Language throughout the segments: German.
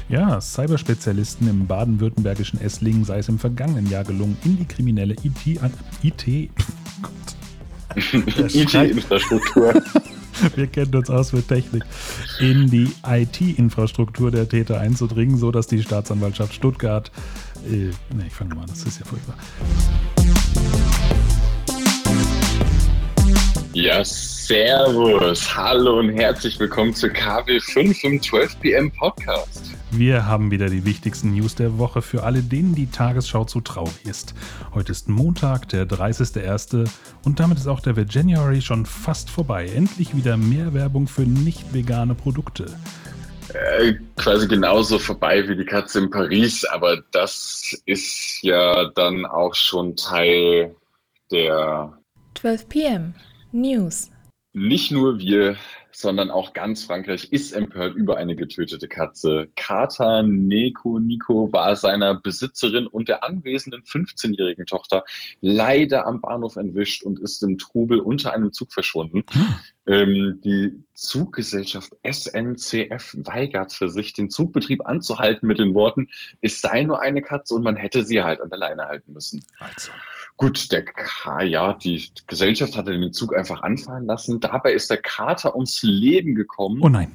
Ja, Cyberspezialisten im baden-württembergischen Esslingen sei es im vergangenen Jahr gelungen, in die kriminelle IT-Infrastruktur. Wir kennen uns aus mit Technik. In die IT-Infrastruktur der Täter einzudringen, sodass die Staatsanwaltschaft Stuttgart. Ich fange mal an, das ist ja furchtbar. Ja, servus, hallo und herzlich willkommen zu KW5 im 12 PM Podcast. Wir haben wieder die wichtigsten News der Woche für alle, denen die Tagesschau zu traurig ist. Heute ist Montag, der 30.01. und damit ist auch der Veganuary schon fast vorbei. Endlich wieder mehr Werbung für nicht vegane Produkte. Quasi genauso vorbei wie die Katze in Paris, aber das ist ja dann auch schon Teil der 12 PM News. Nicht nur wir, sondern auch ganz Frankreich ist empört über eine getötete Katze. Kater Nico war seiner Besitzerin und der anwesenden 15-jährigen Tochter leider am Bahnhof entwischt und ist im Trubel unter einem Zug verschwunden. Die Zuggesellschaft SNCF weigerte sich, den Zugbetrieb anzuhalten mit den Worten, es sei nur eine Katze und man hätte sie halt an der Leine halten müssen. Also. Gut, die Gesellschaft hatte den Zug einfach anfahren lassen. Dabei ist der Kater ums Leben gekommen. Oh nein.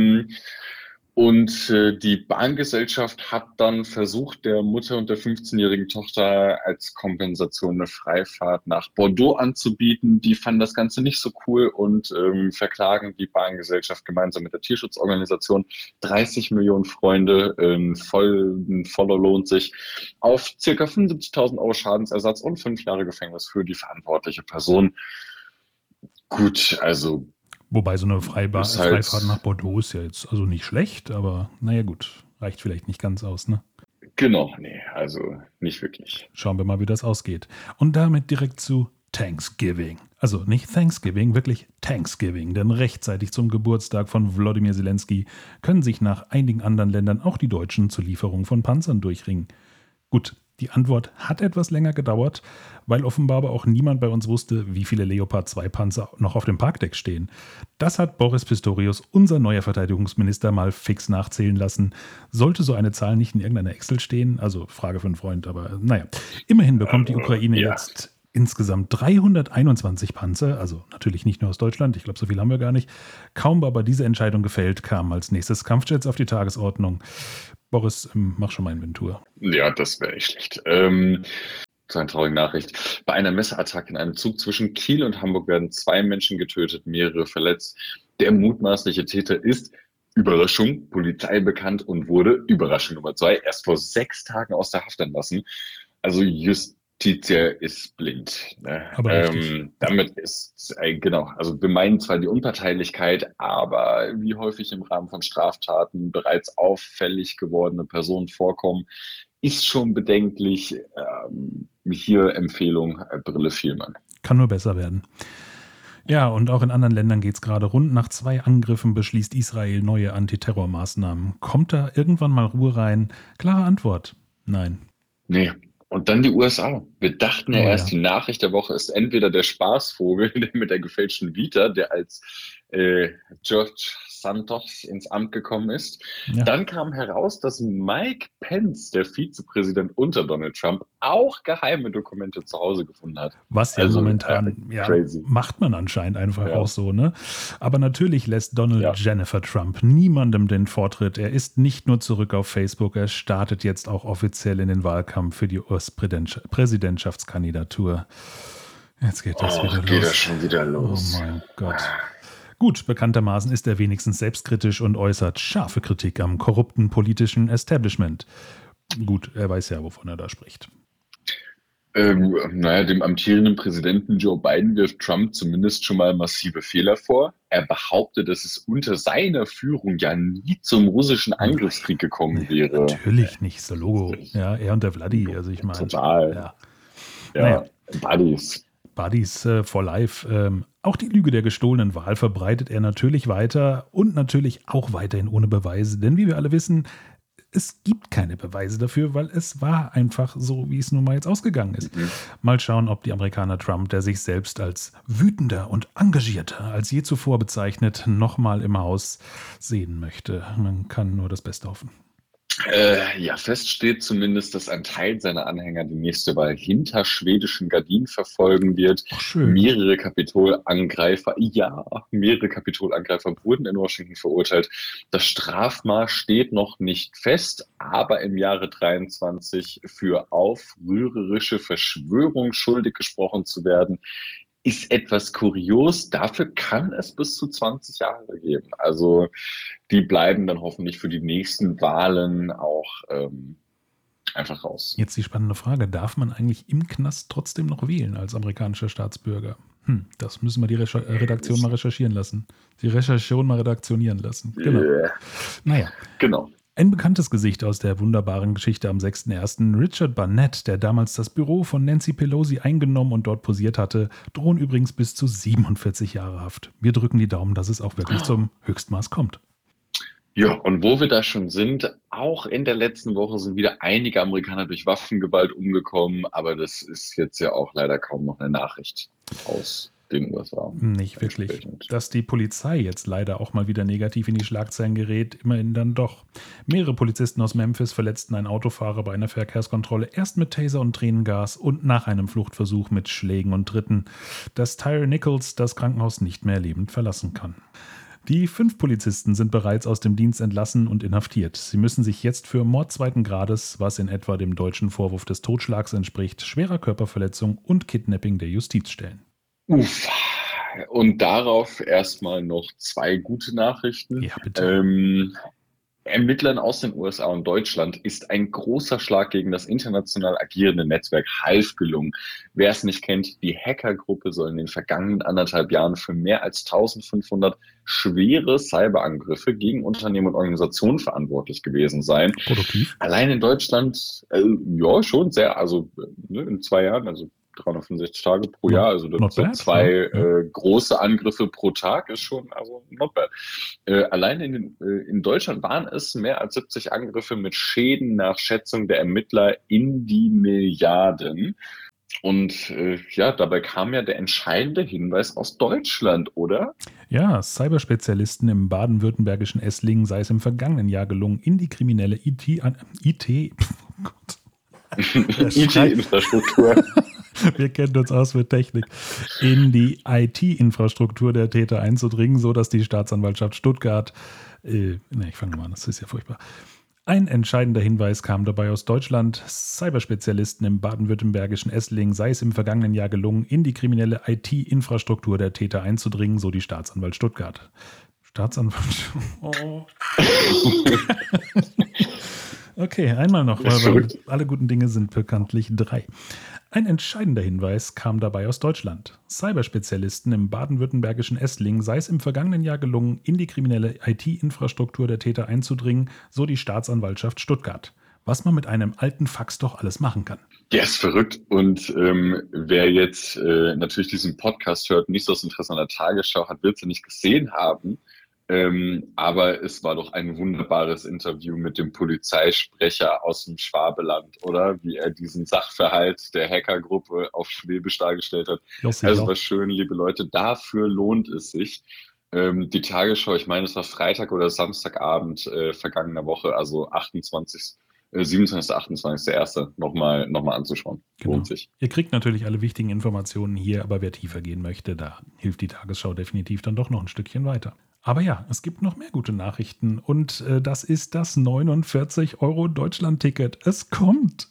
Die Bahngesellschaft hat dann versucht, der Mutter und der 15-jährigen Tochter als Kompensation eine Freifahrt nach Bordeaux anzubieten. Die fanden das Ganze nicht so cool und verklagen die Bahngesellschaft gemeinsam mit der Tierschutzorganisation 30 Millionen Freunde, voller lohnt sich, auf ca. 75.000 Euro Schadensersatz und 5 Jahre Gefängnis für die verantwortliche Person. Gut, also wobei so eine Freifahrt nach Bordeaux ist ja jetzt also nicht schlecht, aber naja gut, reicht vielleicht nicht ganz aus, ne? Genau, nee, also nicht wirklich. Schauen wir mal, wie das ausgeht. Und damit direkt zu Thanksgiving. Also nicht Thanksgiving, wirklich Thanksgiving, denn rechtzeitig zum Geburtstag von Wladimir Zelensky können sich nach einigen anderen Ländern auch die Deutschen zur Lieferung von Panzern durchringen. Gut, die Antwort hat etwas länger gedauert, weil offenbar aber auch niemand bei uns wusste, wie viele Leopard 2 Panzer noch auf dem Parkdeck stehen. Das hat Boris Pistorius, unser neuer Verteidigungsminister, mal fix nachzählen lassen. Sollte so eine Zahl nicht in irgendeiner Excel stehen? Also Frage für einen Freund, aber naja. Immerhin bekommt die Ukraine jetzt insgesamt 321 Panzer, also natürlich nicht nur aus Deutschland, ich glaube, so viel haben wir gar nicht. Kaum war aber diese Entscheidung gefällt, kamen als nächstes Kampfjets auf die Tagesordnung. Boris, mach schon mal Inventur. Ja, das wäre echt schlecht. So eine traurige Nachricht. Bei einer Messerattacke in einem Zug zwischen Kiel und Hamburg werden 2 Menschen getötet, mehrere verletzt. Der mutmaßliche Täter ist, Überraschung, Polizei bekannt und wurde, Überraschung Nummer 2, erst vor 6 Tagen aus der Haft entlassen. Also Justitia ist blind. Ne? Aber damit ist, also wir meinen zwar die Unparteilichkeit, aber wie häufig im Rahmen von Straftaten bereits auffällig gewordene Personen vorkommen, ist schon bedenklich. Hier Empfehlung, Brille Vielmann. Kann nur besser werden. Ja, und auch in anderen Ländern geht es gerade rund. Nach 2 Angriffen beschließt Israel neue Antiterrormaßnahmen. Kommt da irgendwann mal Ruhe rein? Klare Antwort, nein. Nee. Und dann die USA. Wir dachten erst, die Nachricht der Woche ist entweder der Spaßvogel der mit der gefälschten Vita, der als George Santos ins Amt gekommen ist. Ja. Dann kam heraus, dass Mike Pence, der Vizepräsident unter Donald Trump, auch geheime Dokumente zu Hause gefunden hat. Was ja also, momentan macht man anscheinend einfach auch so, ne? Aber natürlich lässt Donald Jennifer Trump niemandem den Vortritt. Er ist nicht nur zurück auf Facebook, er startet jetzt auch offiziell in den Wahlkampf für die US-Präsidentschaftskandidatur. Jetzt geht das wieder los. Geht das schon wieder los. Oh mein Gott. Gut, bekanntermaßen ist er wenigstens selbstkritisch und äußert scharfe Kritik am korrupten politischen Establishment. Gut, er weiß ja, wovon er da spricht. Dem amtierenden Präsidenten Joe Biden wirft Trump zumindest schon mal massive Fehler vor. Er behauptet, dass es unter seiner Führung ja nie zum russischen Angriffskrieg gekommen wäre. Natürlich nicht, so Logo. Ja, er und der Vladi, also ich meine. Total. Buddies for life. Auch die Lüge der gestohlenen Wahl verbreitet er natürlich weiter und natürlich auch weiterhin ohne Beweise. Denn wie wir alle wissen, es gibt keine Beweise dafür, weil es war einfach so, wie es nun mal jetzt ausgegangen ist. Mal schauen, ob die Amerikaner Trump, der sich selbst als wütender und engagierter als je zuvor bezeichnet, nochmal im Haus sehen möchte. Man kann nur das Beste hoffen. Ja, fest steht zumindest, dass ein Teil seiner Anhänger die nächste Wahl hinter schwedischen Gardinen verfolgen wird. Ach, schön. Mehrere Kapitolangreifer wurden in Washington verurteilt. Das Strafmaß steht noch nicht fest, aber im Jahre 23 für aufrührerische Verschwörung schuldig gesprochen zu werden, ist etwas kurios. Dafür kann es bis zu 20 Jahre geben. Also die bleiben dann hoffentlich für die nächsten Wahlen auch einfach raus. Jetzt die spannende Frage, darf man eigentlich im Knast trotzdem noch wählen als amerikanischer Staatsbürger? Das müssen wir die Redaktion mal recherchieren lassen. Die Recherchation mal redaktionieren lassen. Genau. Naja. Genau. Ein bekanntes Gesicht aus der wunderbaren Geschichte am 6.1. Richard Barnett, der damals das Büro von Nancy Pelosi eingenommen und dort posiert hatte, drohen übrigens bis zu 47 Jahre Haft. Wir drücken die Daumen, dass es auch wirklich zum Höchstmaß kommt. Ja, und wo wir da schon sind, auch in der letzten Woche sind wieder einige Amerikaner durch Waffengewalt umgekommen, aber das ist jetzt ja auch leider kaum noch eine Nachricht aus den USA. Nicht wirklich. Dass die Polizei jetzt leider auch mal wieder negativ in die Schlagzeilen gerät, immerhin dann doch. Mehrere Polizisten aus Memphis verletzten einen Autofahrer bei einer Verkehrskontrolle, erst mit Taser und Tränengas und nach einem Fluchtversuch mit Schlägen und Tritten, dass Tyre Nichols das Krankenhaus nicht mehr lebend verlassen kann. Die 5 Polizisten sind bereits aus dem Dienst entlassen und inhaftiert. Sie müssen sich jetzt für Mord 2. Grades, was in etwa dem deutschen Vorwurf des Totschlags entspricht, schwerer Körperverletzung und Kidnapping der Justiz stellen. Uff. Und darauf erstmal noch 2 gute Nachrichten. Ja, bitte. Ermittlern aus den USA und Deutschland ist ein großer Schlag gegen das international agierende Netzwerk Hive gelungen. Wer es nicht kennt, die Hackergruppe soll in den vergangenen 1,5 Jahren für mehr als 1500 schwere Cyberangriffe gegen Unternehmen und Organisationen verantwortlich gewesen sein. Produktiv. Allein in Deutschland, ja, schon sehr, also in 2 Jahren, also 365 Tage pro Jahr, also das sind 2 große Angriffe pro Tag, ist schon, also not bad. Allein in Deutschland waren es mehr als 70 Angriffe mit Schäden nach Schätzung der Ermittler in die Milliarden. Und dabei kam ja der entscheidende Hinweis aus Deutschland, oder? Ja, Cyberspezialisten im baden-württembergischen Esslingen sei es im vergangenen Jahr gelungen, in die kriminelle IT-Infrastruktur. Wir kennen uns aus mit Technik. In die IT-Infrastruktur der Täter einzudringen, sodass die Staatsanwaltschaft Stuttgart. Ich fange mal an, das ist ja furchtbar. Ein entscheidender Hinweis kam dabei aus Deutschland. Cyberspezialisten im baden-württembergischen Esslingen sei es im vergangenen Jahr gelungen, in die kriminelle IT-Infrastruktur der Täter einzudringen, so die Staatsanwalt Stuttgart. Oh. Okay, einmal noch, weil alle guten Dinge sind bekanntlich 3. Ein entscheidender Hinweis kam dabei aus Deutschland. Cyberspezialisten im baden-württembergischen Esslingen sei es im vergangenen Jahr gelungen, in die kriminelle IT-Infrastruktur der Täter einzudringen, so die Staatsanwaltschaft Stuttgart. Was man mit einem alten Fax doch alles machen kann. Ja, ist verrückt. Und wer jetzt natürlich diesen Podcast hört, nicht so das Interesse an der Tagesschau hat, wird sie nicht gesehen haben. Aber es war doch ein wunderbares Interview mit dem Polizeisprecher aus dem Schwabeland, oder? Wie er diesen Sachverhalt der Hackergruppe auf Schwäbisch dargestellt hat. Also war schön, liebe Leute, dafür lohnt es sich. Die Tagesschau, ich meine, es war Freitag oder Samstagabend vergangener Woche, also 27., 28., 1. nochmal anzuschauen. Genau. Lohnt sich. Ihr kriegt natürlich alle wichtigen Informationen hier, aber wer tiefer gehen möchte, da hilft die Tagesschau definitiv dann doch noch ein Stückchen weiter. Aber ja, es gibt noch mehr gute Nachrichten und das ist das 49 € Deutschland-Ticket. Es kommt.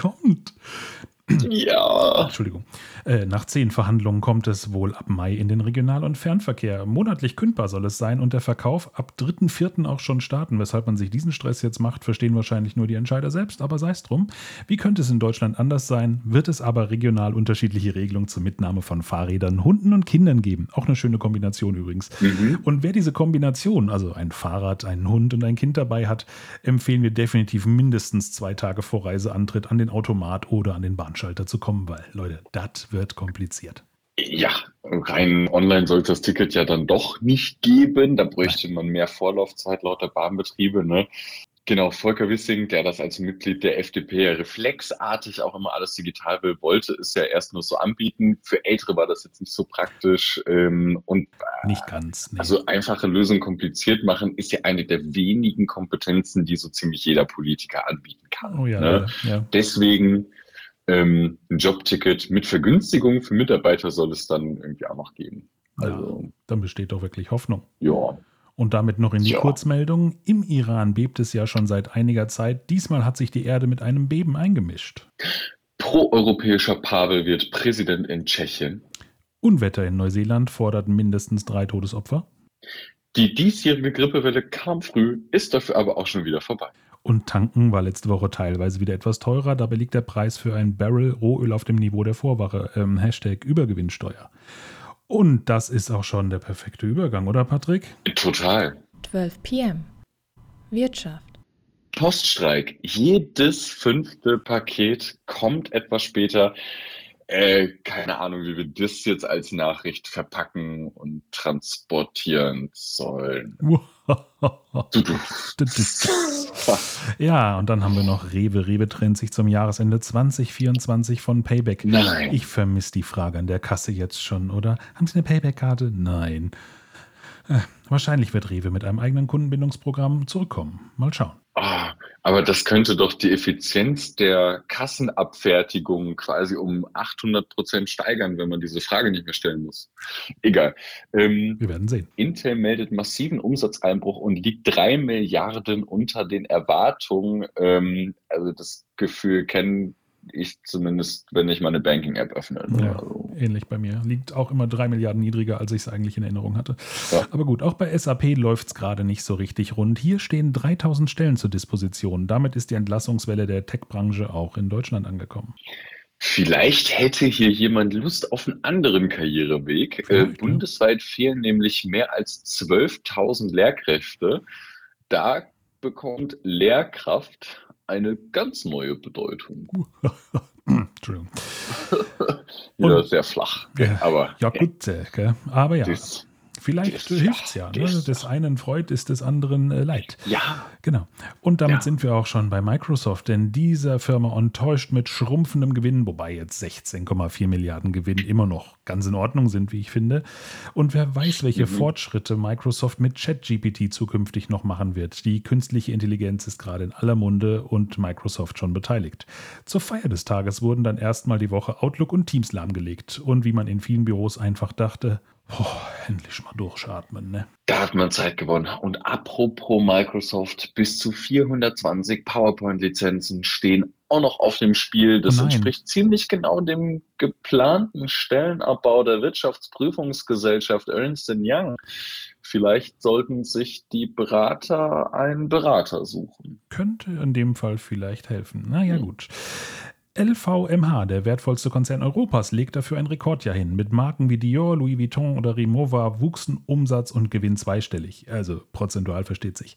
Ja. Entschuldigung. Nach 10 Verhandlungen kommt es wohl ab Mai in den Regional- und Fernverkehr. Monatlich kündbar soll es sein und der Verkauf ab 3.4. auch schon starten. Weshalb man sich diesen Stress jetzt macht, verstehen wahrscheinlich nur die Entscheider selbst, aber sei es drum. Wie könnte es in Deutschland anders sein? Wird es aber regional unterschiedliche Regelungen zur Mitnahme von Fahrrädern, Hunden und Kindern geben? Auch eine schöne Kombination übrigens. Und wer diese Kombination, also ein Fahrrad, einen Hund und ein Kind dabei hat, empfehlen wir definitiv mindestens 2 Tage vor Reiseantritt an den Automat oder an den Bahnschalter zu kommen, weil, Leute, das wird kompliziert. Ja, rein online sollte das Ticket ja dann doch nicht geben. Da bräuchte man mehr Vorlaufzeit laut der Bahnbetriebe. Ne? Genau, Volker Wissing, der das als Mitglied der FDP ja reflexartig auch immer alles digital will, wollte es ja erst nur so anbieten. Für Ältere war das jetzt nicht so praktisch. Und Nicht ganz, nee. also einfache Lösungen kompliziert machen, ist ja eine der wenigen Kompetenzen, die so ziemlich jeder Politiker anbieten kann. Oh ja, Ne? leider, ja. Deswegen ein Jobticket mit Vergünstigung für Mitarbeiter soll es dann irgendwie auch noch geben. Also, Ja, dann besteht doch wirklich Hoffnung. ja. Und damit noch in die Ja. Kurzmeldung. Im Iran bebt es ja schon seit einiger Zeit. Diesmal hat sich die Erde mit einem Beben eingemischt. Proeuropäischer Pavel wird Präsident in Tschechien. Unwetter in Neuseeland fordert mindestens 3 Todesopfer. Die diesjährige Grippewelle kam früh, ist dafür aber auch schon wieder vorbei. Und tanken war letzte Woche teilweise wieder etwas teurer. Dabei liegt der Preis für ein Barrel Rohöl auf dem Niveau der Vorwoche. #Übergewinnsteuer. Und das ist auch schon der perfekte Übergang, oder Patrick? Total. 12 p.m. Wirtschaft. Poststreik. Jedes 5. Paket kommt etwas später. Keine Ahnung, wie wir das jetzt als Nachricht verpacken und transportieren sollen. Ja, und dann haben wir noch Rewe. Rewe trennt sich zum Jahresende 2024 von Payback. Nein. Ich vermisse die Frage an der Kasse jetzt schon, oder? Haben Sie eine Payback-Karte? Nein. Wahrscheinlich wird Rewe mit einem eigenen Kundenbindungsprogramm zurückkommen. Mal schauen. Ah, aber das könnte doch die Effizienz der Kassenabfertigung quasi um 800% steigern, wenn man diese Frage nicht mehr stellen muss. Egal. Wir werden sehen. Intel meldet massiven Umsatzeinbruch und liegt 3 Milliarden unter den Erwartungen. Also das Gefühl kenne ich zumindest, wenn ich meine Banking-App öffne. Ja, Also, ähnlich bei mir. Liegt auch immer 3 Milliarden niedriger, als ich es eigentlich in Erinnerung hatte. Ja. Aber gut, auch bei SAP läuft es gerade nicht so richtig rund. Hier stehen 3000 Stellen zur Disposition. Damit ist die Entlassungswelle der Tech-Branche auch in Deutschland angekommen. vielleicht hätte hier jemand Lust auf einen anderen Karriereweg. Vielleicht, ja. Bundesweit fehlen nämlich mehr als 12.000 Lehrkräfte. Da bekommt Lehrkraft eine ganz neue Bedeutung. Entschuldigung. Ja, Und- sehr flach. Ja, Aber Ja, gut, gell? Aber ja, das, vielleicht das- hilft es ja. Ne? das- Des einen Freud ist des anderen Leid. ja, Genau. Und damit Ja. sind wir auch schon bei Microsoft, denn dieser Firma enttäuscht mit schrumpfendem Gewinn, wobei jetzt 16,4 Milliarden Gewinn immer noch ganz in Ordnung sind, wie ich finde. Und wer weiß, welche Fortschritte Microsoft mit ChatGPT zukünftig noch machen wird. Die künstliche Intelligenz ist gerade in aller Munde und Microsoft schon beteiligt. Zur Feier des Tages wurden dann erstmal die Woche Outlook und Teams lahmgelegt. Und wie man in vielen Büros einfach dachte, endlich mal durchatmen, ne? da hat man Zeit gewonnen. Und apropos Microsoft, bis zu 420 PowerPoint-Lizenzen stehen auch noch auf dem Spiel. Das Oh nein. entspricht ziemlich genau dem geplanten Stellenabbau der Wirtschaftsprüfungsgesellschaft Ernst Young. Vielleicht sollten sich die Berater einen Berater suchen. Könnte in dem Fall vielleicht helfen. Naja, gut. LVMH, der wertvollste Konzern Europas, legt dafür ein Rekordjahr hin. Mit Marken wie Dior, Louis Vuitton oder Rimowa wuchsen Umsatz und Gewinn zweistellig. Also prozentual versteht sich.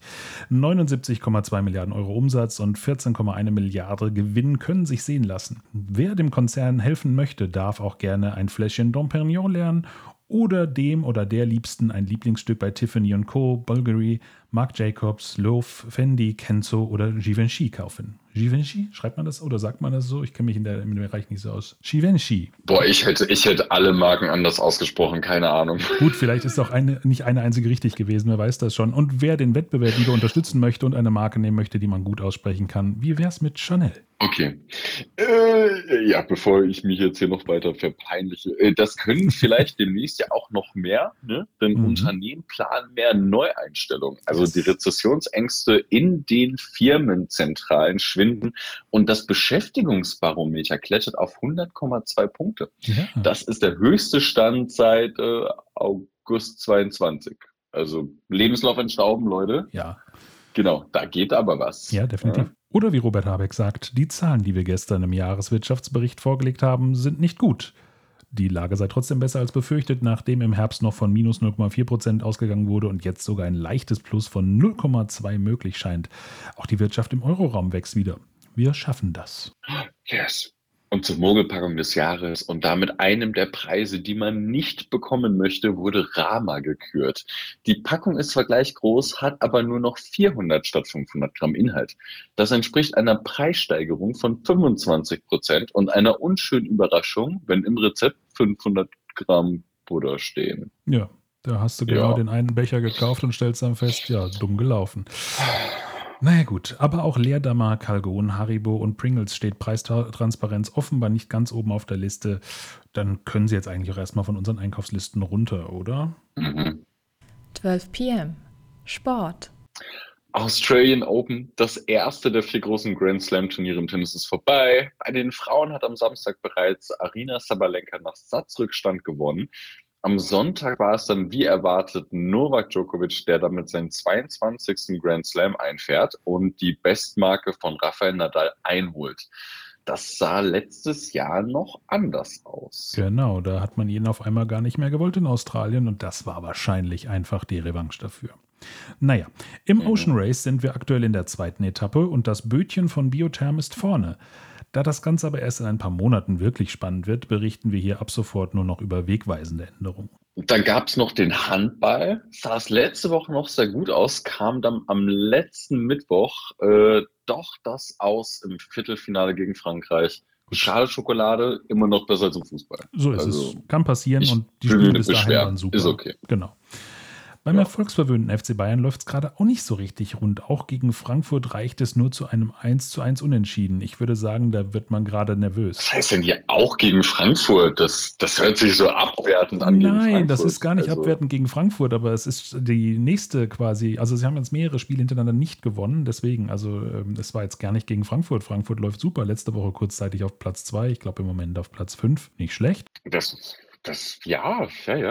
79,2 Milliarden Euro Umsatz und 14,1 Milliarden Gewinn können sich sehen lassen. Wer dem Konzern helfen möchte, darf auch gerne ein Fläschchen Dom Perignon lernen oder dem oder der Liebsten ein Lieblingsstück bei Tiffany & Co., Bulgari, Marc Jacobs, Loaf, Fendi, Kenzo oder Givenchy kaufen. Givenchy? Schreibt man das oder sagt man das so? Ich kenne mich in dem Bereich nicht so aus. Givenchy. Boah, ich hätte alle Marken anders ausgesprochen, keine Ahnung. Gut, vielleicht ist auch nicht eine einzige richtig gewesen, wer weiß das schon. Und wer den Wettbewerb wieder unterstützen möchte und eine Marke nehmen möchte, die man gut aussprechen kann, wie wär's mit Chanel? Okay. Ja, bevor ich mich jetzt hier noch weiter verpeinliche, das können vielleicht demnächst ja auch noch mehr, ne? Denn Unternehmen planen mehr Neueinstellungen. Also die Rezessionsängste in den Firmenzentralen schwinden und das Beschäftigungsbarometer klettert auf 100,2 Punkte. Ja. Das ist der höchste Stand seit August 22. Also Lebenslauf entstauben, Leute. Ja. Genau, da geht aber was. Ja, definitiv. Oder wie Robert Habeck sagt, die Zahlen, die wir gestern im Jahreswirtschaftsbericht vorgelegt haben, sind nicht gut. Die Lage sei trotzdem besser als befürchtet, nachdem im Herbst noch von minus 0,4% ausgegangen wurde und jetzt sogar ein leichtes Plus von 0,2 möglich scheint. Auch die Wirtschaft im Euroraum wächst wieder. Wir schaffen das. Yes. Und zur Mogelpackung des Jahres und damit einem der Preise, die man nicht bekommen möchte, wurde Rama gekürt. Die Packung ist zwar gleich groß, hat aber nur noch 400 statt 500 Gramm Inhalt. Das entspricht einer Preissteigerung von 25% und einer unschönen Überraschung, wenn im Rezept 500 Gramm Butter stehen. Ja, da hast du genau den einen Becher gekauft und stellst dann fest, ja, dumm gelaufen. Naja gut, aber auch Leerdammer, Calgon, Haribo und Pringles steht Preistransparenz offenbar nicht ganz oben auf der Liste. Dann können sie jetzt eigentlich auch erstmal von unseren Einkaufslisten runter, oder? 12 p.m. Sport. Australian Open, das erste der 4 großen Grand Slam Turniere im Tennis ist vorbei. Bei den Frauen hat am Samstag bereits Aryna Sabalenka nach Satzrückstand gewonnen. Am Sonntag war es dann wie erwartet Novak Djokovic, der damit seinen 22. Grand Slam einfährt und die Bestmarke von Rafael Nadal einholt. Das sah letztes Jahr noch anders aus. Genau, da hat man ihn auf einmal gar nicht mehr gewollt in Australien und das war wahrscheinlich einfach die Revanche dafür. Naja, im Ocean Race sind wir aktuell in der 2. Etappe und das Bötchen von Biotherm ist vorne. Da das Ganze aber erst in ein paar Monaten wirklich spannend wird, berichten wir hier ab sofort nur noch über wegweisende Änderungen. Dann gab es noch den Handball. Sah es letzte Woche noch sehr gut aus, kam dann am letzten Mittwoch doch das aus im Viertelfinale gegen Frankreich. Schade Schokolade, immer noch besser als im Fußball. So ist es. Kann passieren und die spielen bis dahin dann super. Ist okay. Genau. Beim erfolgsverwöhnten FC Bayern läuft es gerade auch nicht so richtig rund. Auch gegen Frankfurt reicht es nur zu einem 1:1 Unentschieden. Ich würde sagen, da wird man gerade nervös. Was heißt denn hier auch gegen Frankfurt? Das hört sich so abwertend an. Nein, das ist gar nicht abwertend gegen Frankfurt, aber es ist die nächste quasi. Also sie haben jetzt mehrere Spiele hintereinander nicht gewonnen, deswegen, also es war jetzt gar nicht gegen Frankfurt. Frankfurt läuft super. Letzte Woche kurzzeitig auf Platz 2, ich glaube im Moment auf Platz 5. Nicht schlecht. Das wäre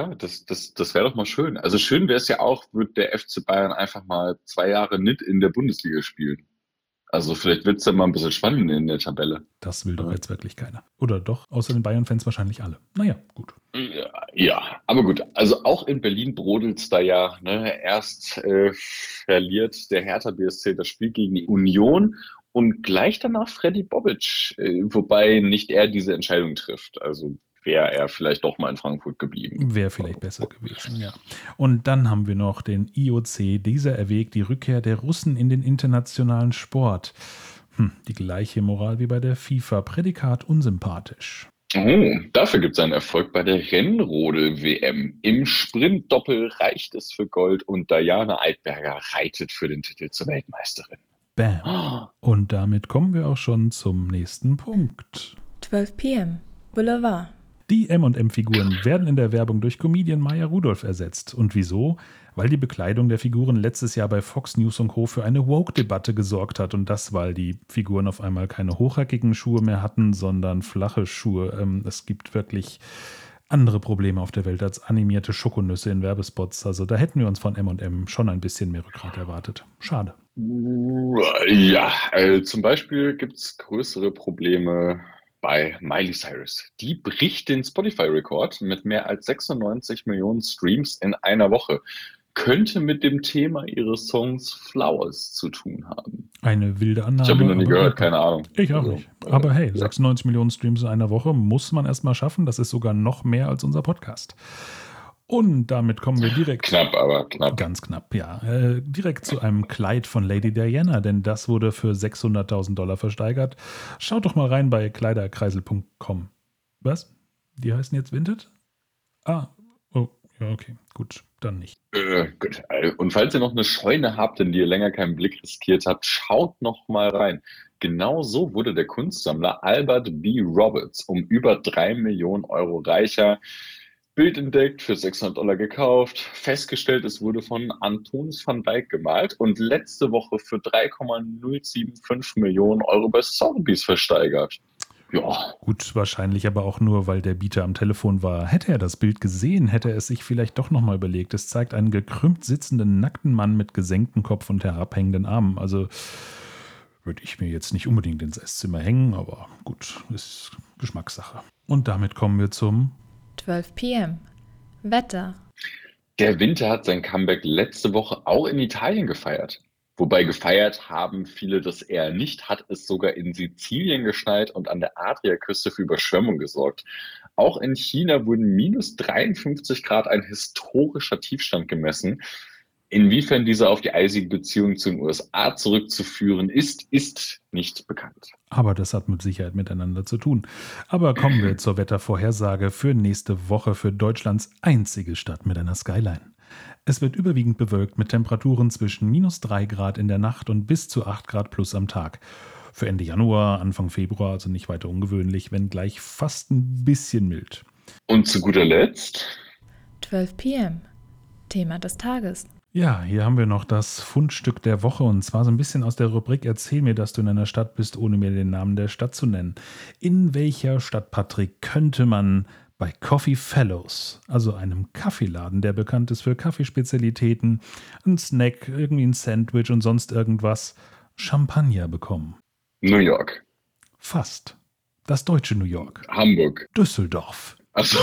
doch mal schön. Also schön wäre es ja auch, würde der FC Bayern einfach mal 2 Jahre nicht in der Bundesliga spielen. Also vielleicht wird es dann mal ein bisschen spannend in der Tabelle. Das will doch jetzt wirklich keiner. Oder doch? Außer den Bayern-Fans wahrscheinlich alle. Naja, gut. Ja, aber gut. Also auch in Berlin brodelt es da ja. Ne? Erst verliert der Hertha BSC das Spiel gegen die Union und gleich danach Freddy Bobic. Wobei nicht er diese Entscheidung trifft. Also wäre er vielleicht doch mal in Frankfurt geblieben. Wäre vielleicht besser gewesen, ja. Und dann haben wir noch den IOC. Dieser erwägt die Rückkehr der Russen in den internationalen Sport. Die gleiche Moral wie bei der FIFA. Prädikat unsympathisch. Oh, dafür gibt es einen Erfolg bei der Rennrodel-WM. Im Sprintdoppel reicht es für Gold und Diana Eidberger reitet für den Titel zur Weltmeisterin. Bam. Und damit kommen wir auch schon zum nächsten Punkt. 12 p.m. Boulevard. Die M&M-Figuren werden in der Werbung durch Comedian Maya Rudolph ersetzt. Und wieso? Weil die Bekleidung der Figuren letztes Jahr bei Fox News und Co. für eine Woke-Debatte gesorgt hat. Und das, weil die Figuren auf einmal keine hochhackigen Schuhe mehr hatten, sondern flache Schuhe. Es gibt wirklich andere Probleme auf der Welt als animierte Schokonüsse in Werbespots. Also da hätten wir uns von M&M schon ein bisschen mehr Rückgrat erwartet. Schade. Ja, zum Beispiel gibt es größere Probleme bei Miley Cyrus. Die bricht den Spotify-Rekord mit mehr als 96 Millionen Streams in einer Woche. Könnte mit dem Thema ihres Songs Flowers zu tun haben. Eine wilde Annahme. Ich habe ihn noch nie gehört, keine Ahnung. Ich auch nicht. Aber hey, 96 Millionen Streams in einer Woche muss man erstmal schaffen. Das ist sogar noch mehr als unser Podcast. Und damit kommen wir direkt. Knapp, aber knapp. Ganz knapp, ja. Direkt zu einem Kleid von Lady Diana, denn das wurde für $600.000 versteigert. Schaut doch mal rein bei kleiderkreisel.com. Was? Die heißen jetzt Vinted? Oh, ja, okay, gut, dann nicht. Gut. Und falls ihr noch eine Scheune habt, in die ihr länger keinen Blick riskiert habt, schaut noch mal rein. Genau so wurde der Kunstsammler Albert B. Roberts um über 3 Millionen Euro reicher. Bild entdeckt, für $600 gekauft, festgestellt, es wurde von Antonis van Dijk gemalt und letzte Woche für 3,075 Millionen Euro bei Sotheby's versteigert. Ja. Gut, wahrscheinlich aber auch nur, weil der Bieter am Telefon war. Hätte er das Bild gesehen, hätte er es sich vielleicht doch nochmal überlegt. Es zeigt einen gekrümmt sitzenden, nackten Mann mit gesenktem Kopf und herabhängenden Armen. Also würde ich mir jetzt nicht unbedingt ins Esszimmer hängen, aber gut, ist Geschmackssache. Und damit kommen wir zum 12 p.m. Wetter. Der Winter hat sein Comeback letzte Woche auch in Italien gefeiert. Wobei gefeiert haben viele das eher nicht, hat es sogar in Sizilien geschneit und an der Adriaküste für Überschwemmung gesorgt. Auch in China wurden minus 53 Grad, ein historischer Tiefstand, gemessen. Inwiefern dieser auf die eisige Beziehung zu den USA zurückzuführen ist nicht bekannt. Aber das hat mit Sicherheit miteinander zu tun. Aber kommen wir zur Wettervorhersage für nächste Woche für Deutschlands einzige Stadt mit einer Skyline. Es wird überwiegend bewölkt mit Temperaturen zwischen minus 3 Grad in der Nacht und bis zu 8 Grad plus am Tag. Für Ende Januar, Anfang Februar also nicht weiter ungewöhnlich, wenngleich fast ein bisschen mild. Und zu guter Letzt 12 p.m. Thema des Tages. Ja, hier haben wir noch das Fundstück der Woche und zwar so ein bisschen aus der Rubrik Erzähl mir, dass du in einer Stadt bist, ohne mir den Namen der Stadt zu nennen. In welcher Stadt, Patrick, könnte man bei Coffee Fellows, also einem Kaffeeladen, der bekannt ist für Kaffeespezialitäten, einen Snack, irgendwie ein Sandwich und sonst irgendwas, Champagner bekommen? New York, Fast. Das deutsche New York. Hamburg. Düsseldorf. Achso.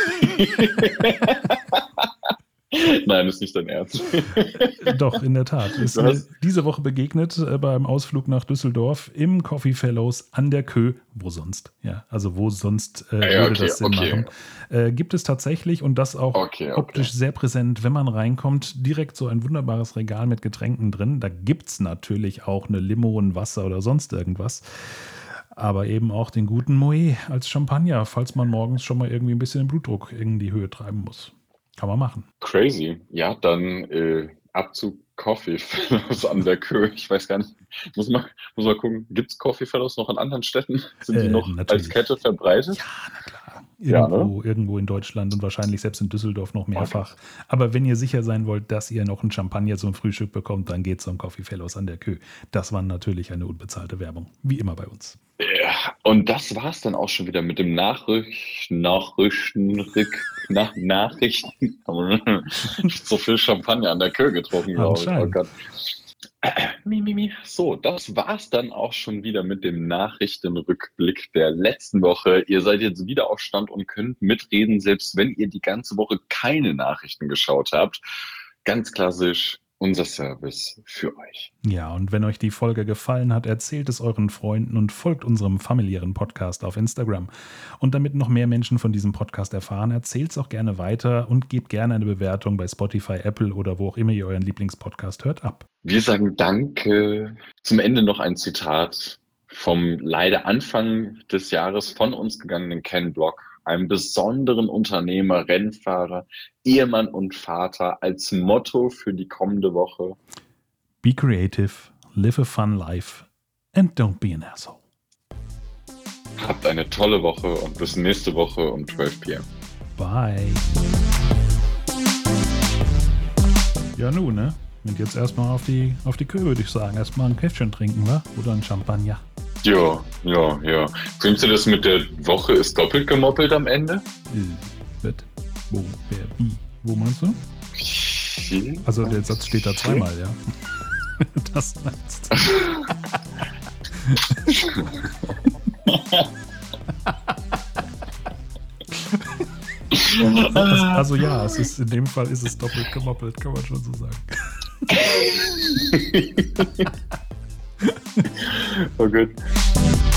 Nein, ist nicht dein Ernst. Doch, in der Tat. Ist mir diese Woche begegnet beim Ausflug nach Düsseldorf im Coffee Fellows an der Kö. Wo sonst? Ja, also wo sonst würde das Sinn machen. Gibt es tatsächlich und das auch optisch sehr präsent, wenn man reinkommt, direkt so ein wunderbares Regal mit Getränken drin. Da gibt es natürlich auch eine Limo, ein Wasser oder sonst irgendwas. Aber eben auch den guten Moët als Champagner, falls man morgens schon mal irgendwie ein bisschen den Blutdruck in die Höhe treiben muss. Kann man machen. Crazy. Ja, dann ab zu Coffee Fellows an der Kö. Ich weiß gar nicht. Muss mal gucken. Gibt es Coffee Fellows noch in anderen Städten? Sind die noch natürlich als Kette verbreitet? Ja, na klar. Irgendwo in Deutschland und wahrscheinlich selbst in Düsseldorf noch mehrfach. Okay. Aber wenn ihr sicher sein wollt, dass ihr noch ein Champagner zum Frühstück bekommt, dann geht zum Coffee Fellows an der Kö. Das war natürlich eine unbezahlte Werbung. Wie immer bei uns. Ja, und das war's dann auch schon wieder mit dem Nachrichten. So viel Champagner an der Kö getrunken, glaube ich. Oh Gott. So, das war's dann auch schon wieder mit dem Nachrichtenrückblick der letzten Woche. Ihr seid jetzt wieder auf Stand und könnt mitreden, selbst wenn ihr die ganze Woche keine Nachrichten geschaut habt. Ganz klassisch. Unser Service für euch. Ja, und wenn euch die Folge gefallen hat, erzählt es euren Freunden und folgt unserem familiären Podcast auf Instagram. Und damit noch mehr Menschen von diesem Podcast erfahren, erzählt es auch gerne weiter und gebt gerne eine Bewertung bei Spotify, Apple oder wo auch immer ihr euren Lieblingspodcast hört ab. Wir sagen Danke. Zum Ende noch ein Zitat vom leider Anfang des Jahres von uns gegangenen Ken Block, einem besonderen Unternehmer, Rennfahrer, Ehemann und Vater, als Motto für die kommende Woche: Be creative, live a fun life and don't be an asshole. Habt eine tolle Woche und bis nächste Woche um 12 p.m. Bye. Ja nun, ne? Und jetzt erstmal auf die Kö, würde ich sagen. Erstmal ein Käffchen trinken, wa? Oder ein Champagner. Ja. Findest du das mit der Woche ist doppelt gemoppelt am Ende? Wo, wer, wie? Wo meinst du? Also der Satz steht da zweimal, ja. Das meinst du. Also ja, es ist, in dem Fall ist es doppelt gemoppelt, kann man schon so sagen. Oh gut.